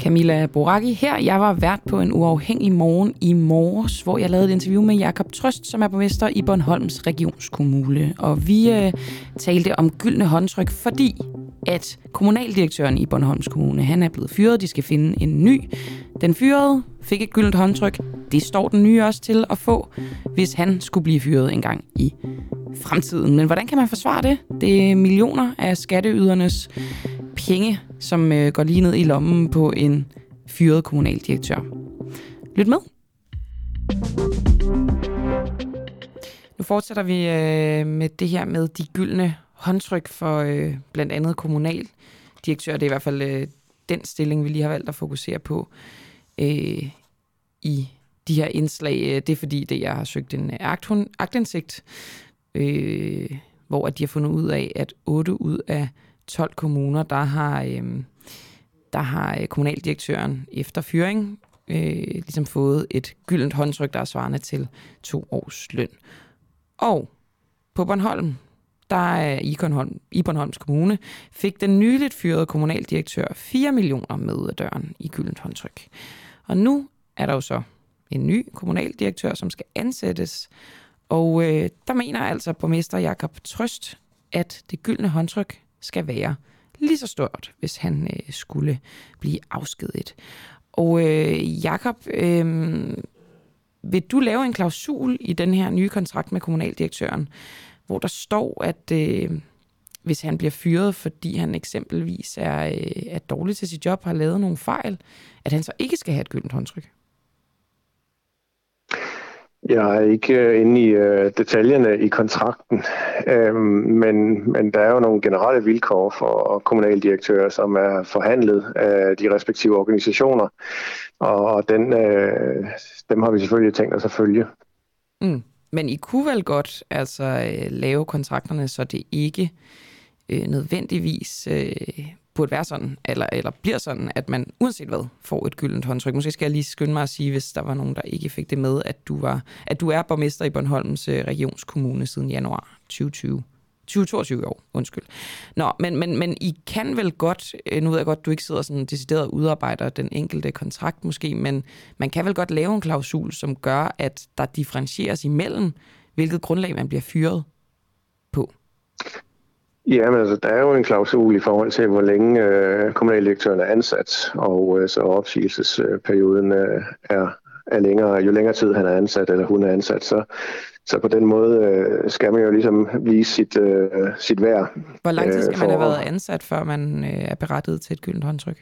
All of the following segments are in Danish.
Camilla Boracchi her. Jeg var vært på en uafhængig morgen i morges, hvor jeg lavede et interview med Jakob Trøst, som er borgmester i Bornholms Regionskommune. Og vi talte om gyldne håndtryk, fordi at kommunaldirektøren i Bornholms Kommune, han er blevet fyret. De skal finde en ny. Den fyrede fik et gyldent håndtryk. Det står den nye også til at få, hvis han skulle blive fyret en gang i fremtiden. Men hvordan kan man forsvare det? Det er millioner af skatteydernes penge, som går lige ned i lommen på en fyret kommunaldirektør. Lyt med. Nu fortsætter vi med det her med de gyldne håndtryk for blandt andet kommunaldirektør. Det er i hvert fald den stilling, vi lige har valgt at fokusere på i de her indslag. Det er fordi, jeg har søgt en aktindsigt, hvor de har fundet ud af, at 8 ud af 12 kommuner, der har kommunaldirektøren efter fyring ligesom fået et gyldent håndtryk, der er svarende til 2 års løn. Og på Bornholm, i Bornholms Kommune, fik den nyligt fyrede kommunaldirektør 4 millioner med ud af døren i gyldent håndtryk. Og nu er der jo så en ny kommunaldirektør, som skal ansættes. Og der mener altså borgmester Jakob Trøst, at det gyldne håndtryk skal være lige så stort, hvis han skulle blive afskediget. Og Jakob, vil du lave en klausul i den her nye kontrakt med kommunaldirektøren, hvor der står, at hvis han bliver fyret, fordi han eksempelvis er dårlig til sit job, har lavet nogle fejl, at han så ikke skal have et gyldent håndtryk? Jeg er ikke inde i detaljerne i kontrakten, men der er jo nogle generelle vilkår for kommunaldirektører, som er forhandlet af de respektive organisationer, og dem har vi selvfølgelig tænkt os at følge. Men I kunne vel godt lave kontrakterne, så det ikke nødvendigvis burde være sådan, eller bliver sådan, at man uanset hvad får et gyldent håndtryk. Måske skal jeg lige skynde mig at sige, hvis der var nogen, der ikke fik det med, at du er borgmester i Bornholms Regionskommune siden januar 2022 år, undskyld. Nå, men I kan vel godt, nu ved jeg godt, du ikke sidder sådan decideret og udarbejder den enkelte kontrakt måske, men man kan vel godt lave en klausul, som gør, at der differentieres imellem, hvilket grundlag man bliver fyret på. Ja, men der er jo en klausul i forhold til, hvor længe kommunaldirektøren er ansat, og så opsigelsesperioden er længere. Jo længere tid han er ansat, eller hun er ansat, så på den måde skal man jo ligesom vise sit værd. Hvor lang tid skal man have været ansat, før man er berettiget til et gyldent håndtryk?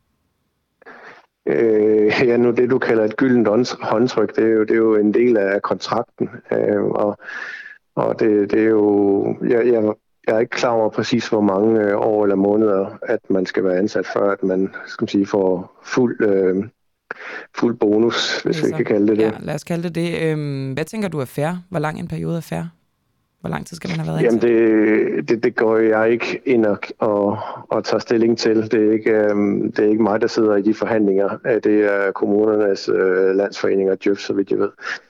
Nu det, du kalder et gyldent håndtryk, det er jo en del af kontrakten. Og det er jo... Jeg er ikke klar over præcis, hvor mange år eller måneder, at man skal være ansat, før at man får fuld bonus, hvis vi kan kalde det det. Ja, lad os kalde det. Hvad tænker du er fair? Hvor lang en periode er fair? Hvor lang tid skal man have været ansat? Jamen, det går jeg ikke ind og tager stilling til. Det er ikke mig, der sidder i de forhandlinger. Det er kommunernes landsforening og Djøf, så vidt jeg ved.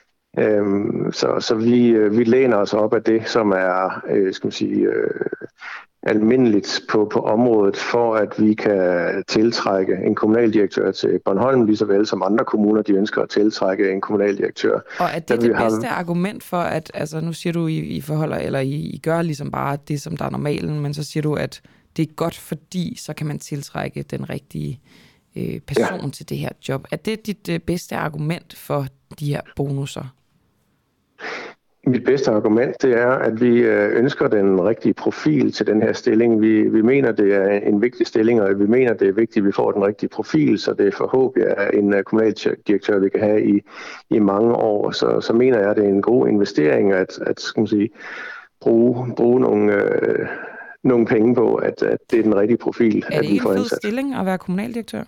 Så vi læner os op af det, som er almindeligt på området, for at vi kan tiltrække en kommunaldirektør til Bornholm, lige så vel som andre kommuner, de ønsker at tiltrække en kommunaldirektør. Og er det det bedste argument for, at nu siger du, I forholder, eller I gør ligesom bare det, som der er normalen, men så siger du, at det er godt, fordi så kan man tiltrække den rigtige person til det her job. Er det dit bedste argument for de her bonusser? Mit bedste argument, det er, at vi ønsker den rigtige profil til den her stilling. Vi mener, det er en vigtig stilling, og vi mener, det er vigtigt, at vi får den rigtige profil, så det forhåbentlig er en kommunaldirektør, vi kan have i mange år. Så mener jeg, at det er en god investering at bruge nogle penge på, at det er den rigtige profil, at vi får ansat. Er det ikke en fed stilling at være kommunaldirektør?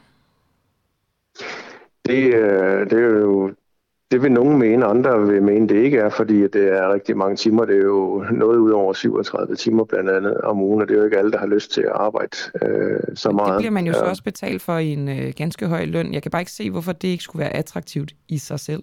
Det er jo... Det vil nogen mene, andre vil mene, det ikke er, fordi det er rigtig mange timer. Det er jo noget ud over 37 timer blandt andet om ugen, og det er jo ikke alle, der har lyst til at arbejde så meget. Det bliver man jo så også betalt for i en ganske høj løn. Jeg kan bare ikke se, hvorfor det ikke skulle være attraktivt i sig selv.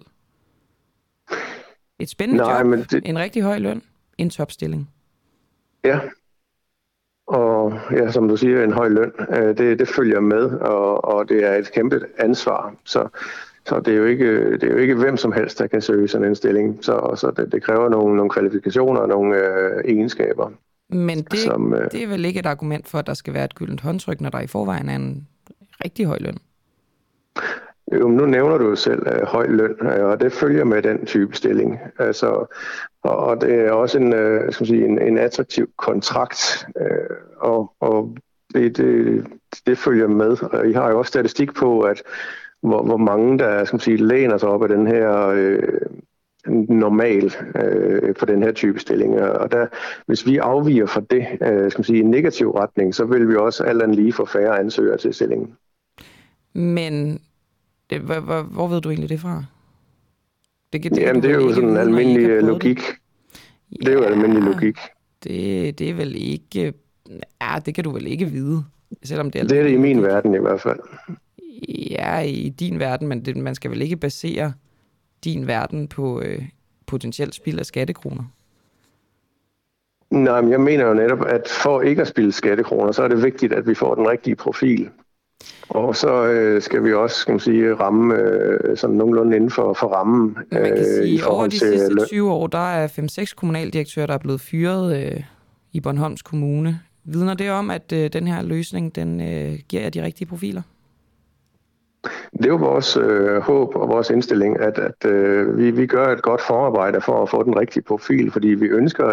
Et spændende job, en rigtig høj løn, en topstilling. Ja, Og ja, som du siger, en høj løn, det følger med, og det er et kæmpe ansvar. Så det er jo ikke hvem som helst, der kan søge sådan en stilling. Så det kræver nogle kvalifikationer og nogle egenskaber. Men det er vel ikke et argument for, at der skal være et gyldent håndtryk, når der i forvejen er en rigtig høj løn? Jo, nu nævner du jo selv høj løn, og det følger med den type stilling. Altså, og det er også en attraktiv kontrakt, og det følger med. Og I har jo også statistik på, at hvor mange der læner sig op af den her normal på den her type stilling. Og hvis vi afviger fra det i en negativ retning, så vil vi også alt andet lige få færre ansøgere til stillingen. Men hvor ved du egentlig det fra? Det er jo sådan en almindelig logik. Ja, det er jo almindelig logik. Det er vel ikke... Ja, det kan du vel ikke vide, selvom det er... Det er det i min verden i hvert fald. Ja, i din verden, men man skal vel ikke basere din verden på potentielt spild af skattekroner? Nej, men jeg mener jo netop, at for ikke at spilde skattekroner, så er det vigtigt, at vi får den rigtige profil. Og så skal vi også, ramme sådan nogenlunde inden for rammen. Man kan sige, at over de sidste 20 år, der er 5-6 kommunaldirektører, der er blevet fyret i Bornholms Kommune. Vidner det om, at den her løsning, den giver jer de rigtige profiler? Det er jo vores håb og vores indstilling, at vi gør et godt forarbejde for at få den rigtige profil, fordi vi ønsker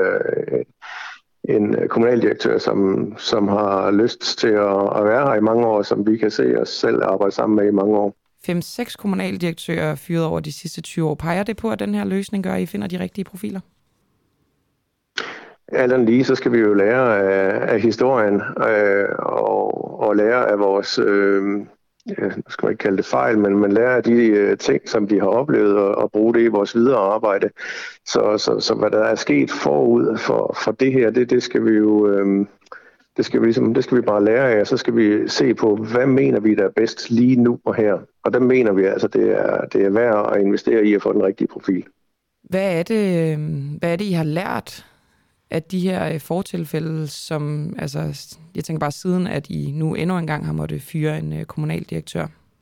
en kommunaldirektør, som har lyst til at være her i mange år, som vi kan se os selv arbejde sammen med i mange år. 5-6 kommunaldirektører fyret over de sidste 20 år. Peger det på, at den her løsning gør, at I finder de rigtige profiler? Alt andet lige, så skal vi jo lære af historien og lære af vores... nu skal man ikke kalde det fejl, men lære af de ting, som de har oplevet, og bruge det i vores videre arbejde. Så hvad der er sket forud for det her, det skal vi jo det skal vi bare lære af, og så skal vi se på, hvad mener vi der er bedst lige nu og her. Og der mener vi altså, det er værd at investere i at få den rigtige profil. Hvad er det I har lært af de her fortilfælde, som, altså, jeg tænker bare siden, at I nu endnu engang har måttet fyre en kommunaldirektør?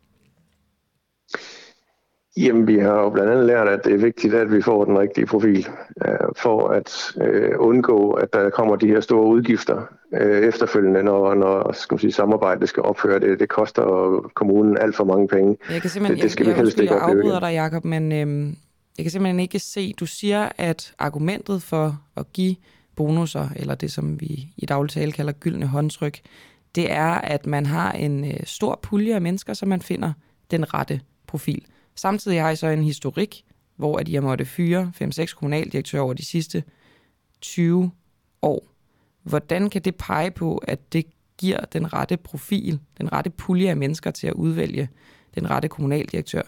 Jamen, vi har jo blandt andet lært, at det er vigtigt, at vi får den rigtige profil, for at undgå, at der kommer de her store udgifter efterfølgende, når samarbejdet skal ophøre. Det koster kommunen alt for mange penge. Jeg kan simpelthen, det skal vi helst ikke opleve. Jeg afbryder dig, Jacob, men jeg kan simpelthen ikke se, du siger, at argumentet for at give bonusser, eller det, som vi i daglig tale kalder gyldne håndtryk, det er, at man har en stor pulje af mennesker, så man finder den rette profil. Samtidig har I så en historik, hvor at I har måttet fyre 5-6 kommunaldirektører over de sidste 20 år. Hvordan kan det pege på, at det giver den rette profil, den rette pulje af mennesker til at udvælge den rette kommunaldirektør?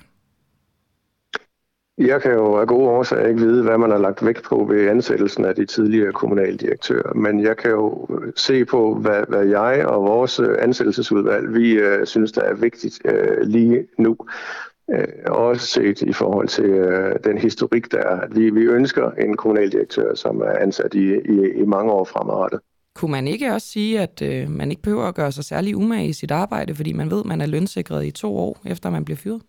Jeg kan jo af gode årsager ikke vide, hvad man har lagt vægt på ved ansættelsen af de tidligere kommunaldirektører, men jeg kan jo se på, hvad jeg og vores ansættelsesudvalg, vi synes, der er vigtigt lige nu. Også set i forhold til den historik, der er, at vi ønsker en kommunaldirektør, som er ansat i mange år fremadrettet. Kunne man ikke også sige, at man ikke behøver at gøre sig særlig umage i sit arbejde, fordi man ved, at man er lønsikret i 2 år, efter man bliver fyret?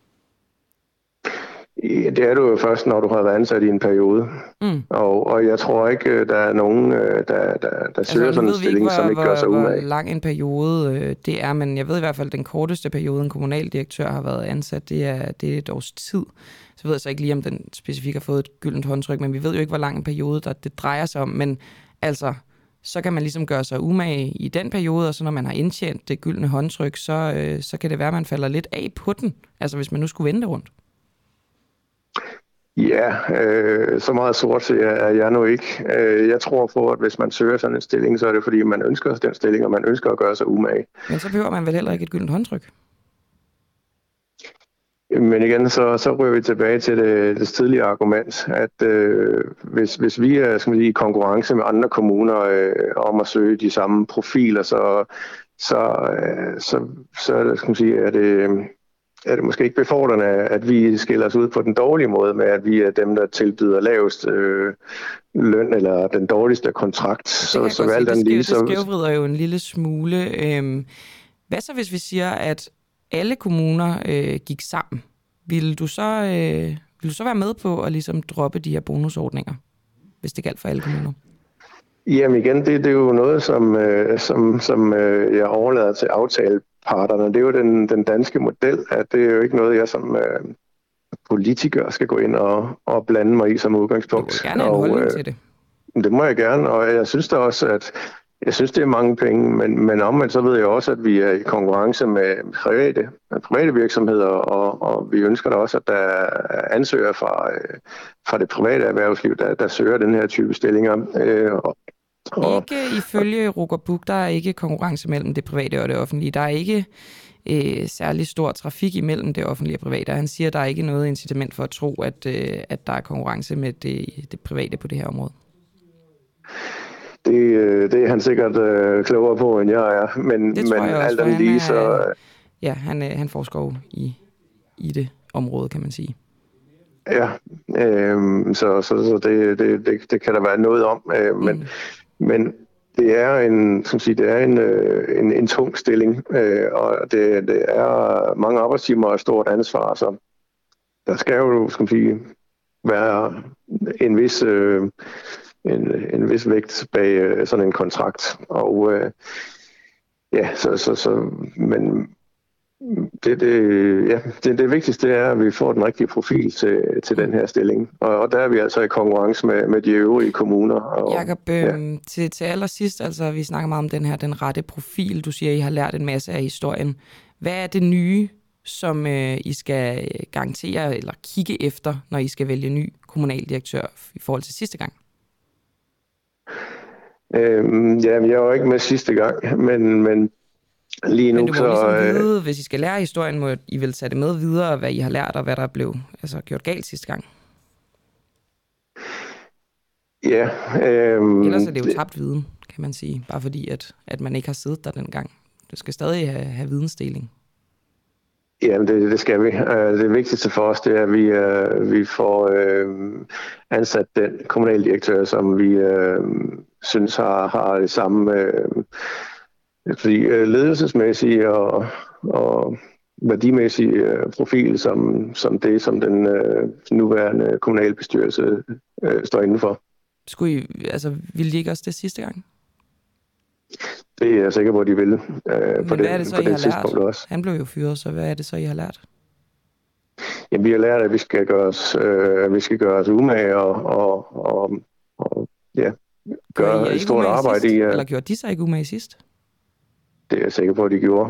Ja, det er du jo først, når du har været ansat i en periode. Og jeg tror ikke, der er nogen, der søger sådan en stilling, som ikke gør sig umage. Hvor lang en periode det er, men jeg ved i hvert fald, at den korteste periode, en kommunaldirektør har været ansat, det er et års tid. Så ved jeg så ikke lige, om den specifikt har fået et gyldent håndtryk, men vi ved jo ikke, hvor lang en periode det drejer sig om. Men altså, så kan man ligesom gøre sig umage i den periode, og så når man har indtjent det gyldne håndtryk, så kan det være, at man falder lidt af på den. Altså, hvis man nu skulle vende det rundt. Ja, så meget sort er jeg nu ikke. Jeg tror på, at hvis man søger sådan en stilling, så er det fordi, man ønsker den stilling, og man ønsker at gøre sig umage. Men så behøver man vel heller ikke et gyldent håndtryk? Men igen, så rører vi tilbage til det tidligere argument, at hvis vi er i konkurrence med andre kommuner om at søge de samme profiler, så er det måske ikke befordrende, at vi skiller os ud på den dårlige måde med, at vi er dem, der tilbyder lavest løn eller den dårligste kontrakt. Det skævvrider jo en lille smule. Hvad så, hvis vi siger, at alle kommuner gik sammen? Vil du så være med på at ligesom droppe de her bonusordninger, hvis det galt for alle kommuner? Jamen igen, det er jo noget, som jeg overlader til aftaleparterne. Det er jo den danske model, at det er jo ikke noget, jeg som politiker skal gå ind og blande mig i som udgangspunkt. Du vil gerne have en holdning til det. Det må jeg gerne, og jeg synes da også, at det er mange penge, men omvendt så ved jeg også, at vi er i konkurrence med private virksomheder, og vi ønsker da også, at der er ansøgere fra det private erhvervsliv, der søger den her type stillinger. Ikke ifølge Roger Buch, der er ikke konkurrence mellem det private og det offentlige. Der er ikke særlig stor trafik imellem det offentlige og private. Han siger, at der er ikke noget incitament for at tro, at der er konkurrence med det private på det her område. Det er han sikkert klogere på, end jeg er. Men alt andet lige så... Ja, han forsker jo i det område, kan man sige. Ja, så det kan der være noget om. Men det er en tung stilling, og det er mange arbejdstimer og et stort ansvar. Så der skal jo, være en vis vægt bag sådan en kontrakt. Og men det vigtigste er, at vi får den rigtige profil til den her stilling. Og der er vi altså i konkurrence med de øvrige kommuner. Og, Jakob, til allersidst, altså vi snakker meget om den rette profil. Du siger, at I har lært en masse af historien. Hvad er det nye, som I skal garantere eller kigge efter, når I skal vælge ny kommunaldirektør i forhold til sidste gang? Jeg var ikke med sidste gang, men lige nu, men du må ligesom vide, hvis I skal lære historien, må I vel tage det med videre, hvad I har lært, og hvad der blev gjort galt sidste gang? Ja. Ellers er det jo tabt viden, kan man sige. Bare fordi, at man ikke har siddet der dengang. Du skal stadig have vidensdeling. Jamen, det skal vi. Det vigtigste for os, det er, at vi får ansat den kommunaldirektør, som vi synes har det samme ledelsesmæssige og værdimæssige profil, som den nuværende kommunalbestyrelse står indenfor. Ville de ikke også det sidste gang? Det er jeg sikker på, at de vil. Men hvad er det så, I har lært? Også. Han blev jo fyret, så hvad er det så, I har lært? Jamen, vi har lært, at vi skal gøre os umage og gøre et stort arbejde i. Eller gjorde de sig ikke umage sidst? Det er jeg sikker på, at de gjorde.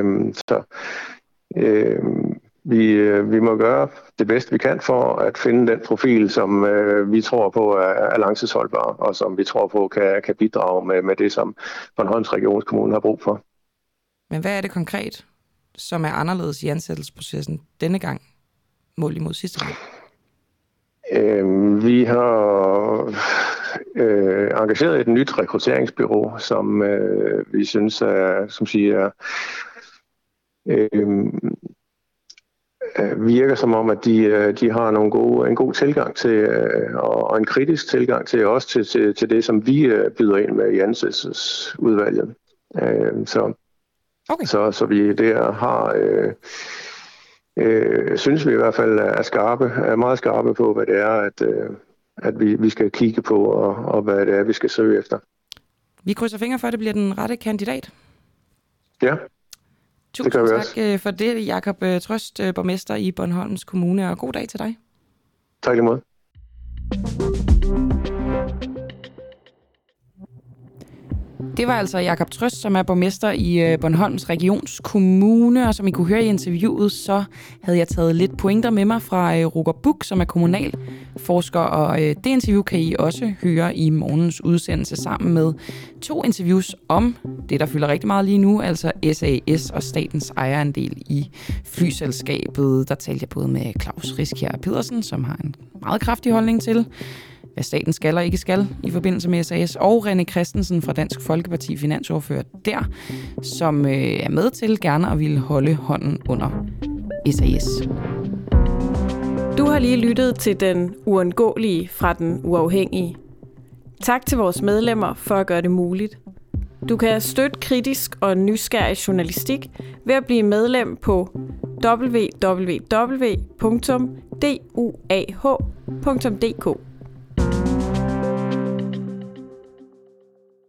Vi må gøre det bedste, vi kan for at finde den profil, som vi tror på er langtidsholdbar, og som vi tror på kan bidrage med det, som Bornholms Regionskommune har brug for. Men hvad er det konkret, som er anderledes i ansættelsesprocessen denne gang, målt imod sidste gang? Vi har engageret et nyt rekrutteringsbureau, som vi synes virker som om, at de har en god tilgang til, og en kritisk tilgang til, også til det, som vi byder ind med i ansættelsesudvalget. Så vi der har, synes vi i hvert fald er meget skarpe på, hvad det er, at vi skal kigge på, og hvad det er, vi skal søge efter. Vi krydser fingre for, at det bliver den rette kandidat. Ja. Tusind tak for det, Jakob Trøst, borgmester i Bornholms Kommune, og god dag til dig. Tak lige måde. Det var altså Jakob Trøst, som er borgmester i Bornholms Regionskommune, og som I kunne høre i interviewet, så havde jeg taget lidt pointer med mig fra Roger Buch, som er kommunalforsker, og det interview kan I også høre i morgens udsendelse sammen med 2 interviews om det, der fylder rigtig meget lige nu, altså SAS og statens ejerandel i flyselskabet. Der talte jeg både med Claus Riskjær Pedersen, som har en meget kraftig holdning til, hvad staten skal og ikke skal i forbindelse med SAS, og René Christensen fra Dansk Folkeparti, finansordfører der, som er med til gerne at ville holde hånden under SAS. Du har lige lyttet til Den Uundgåelige fra Den Uafhængige. Tak til vores medlemmer for at gøre det muligt. Du kan støtte kritisk og nysgerrig journalistik ved at blive medlem på www.duah.dk.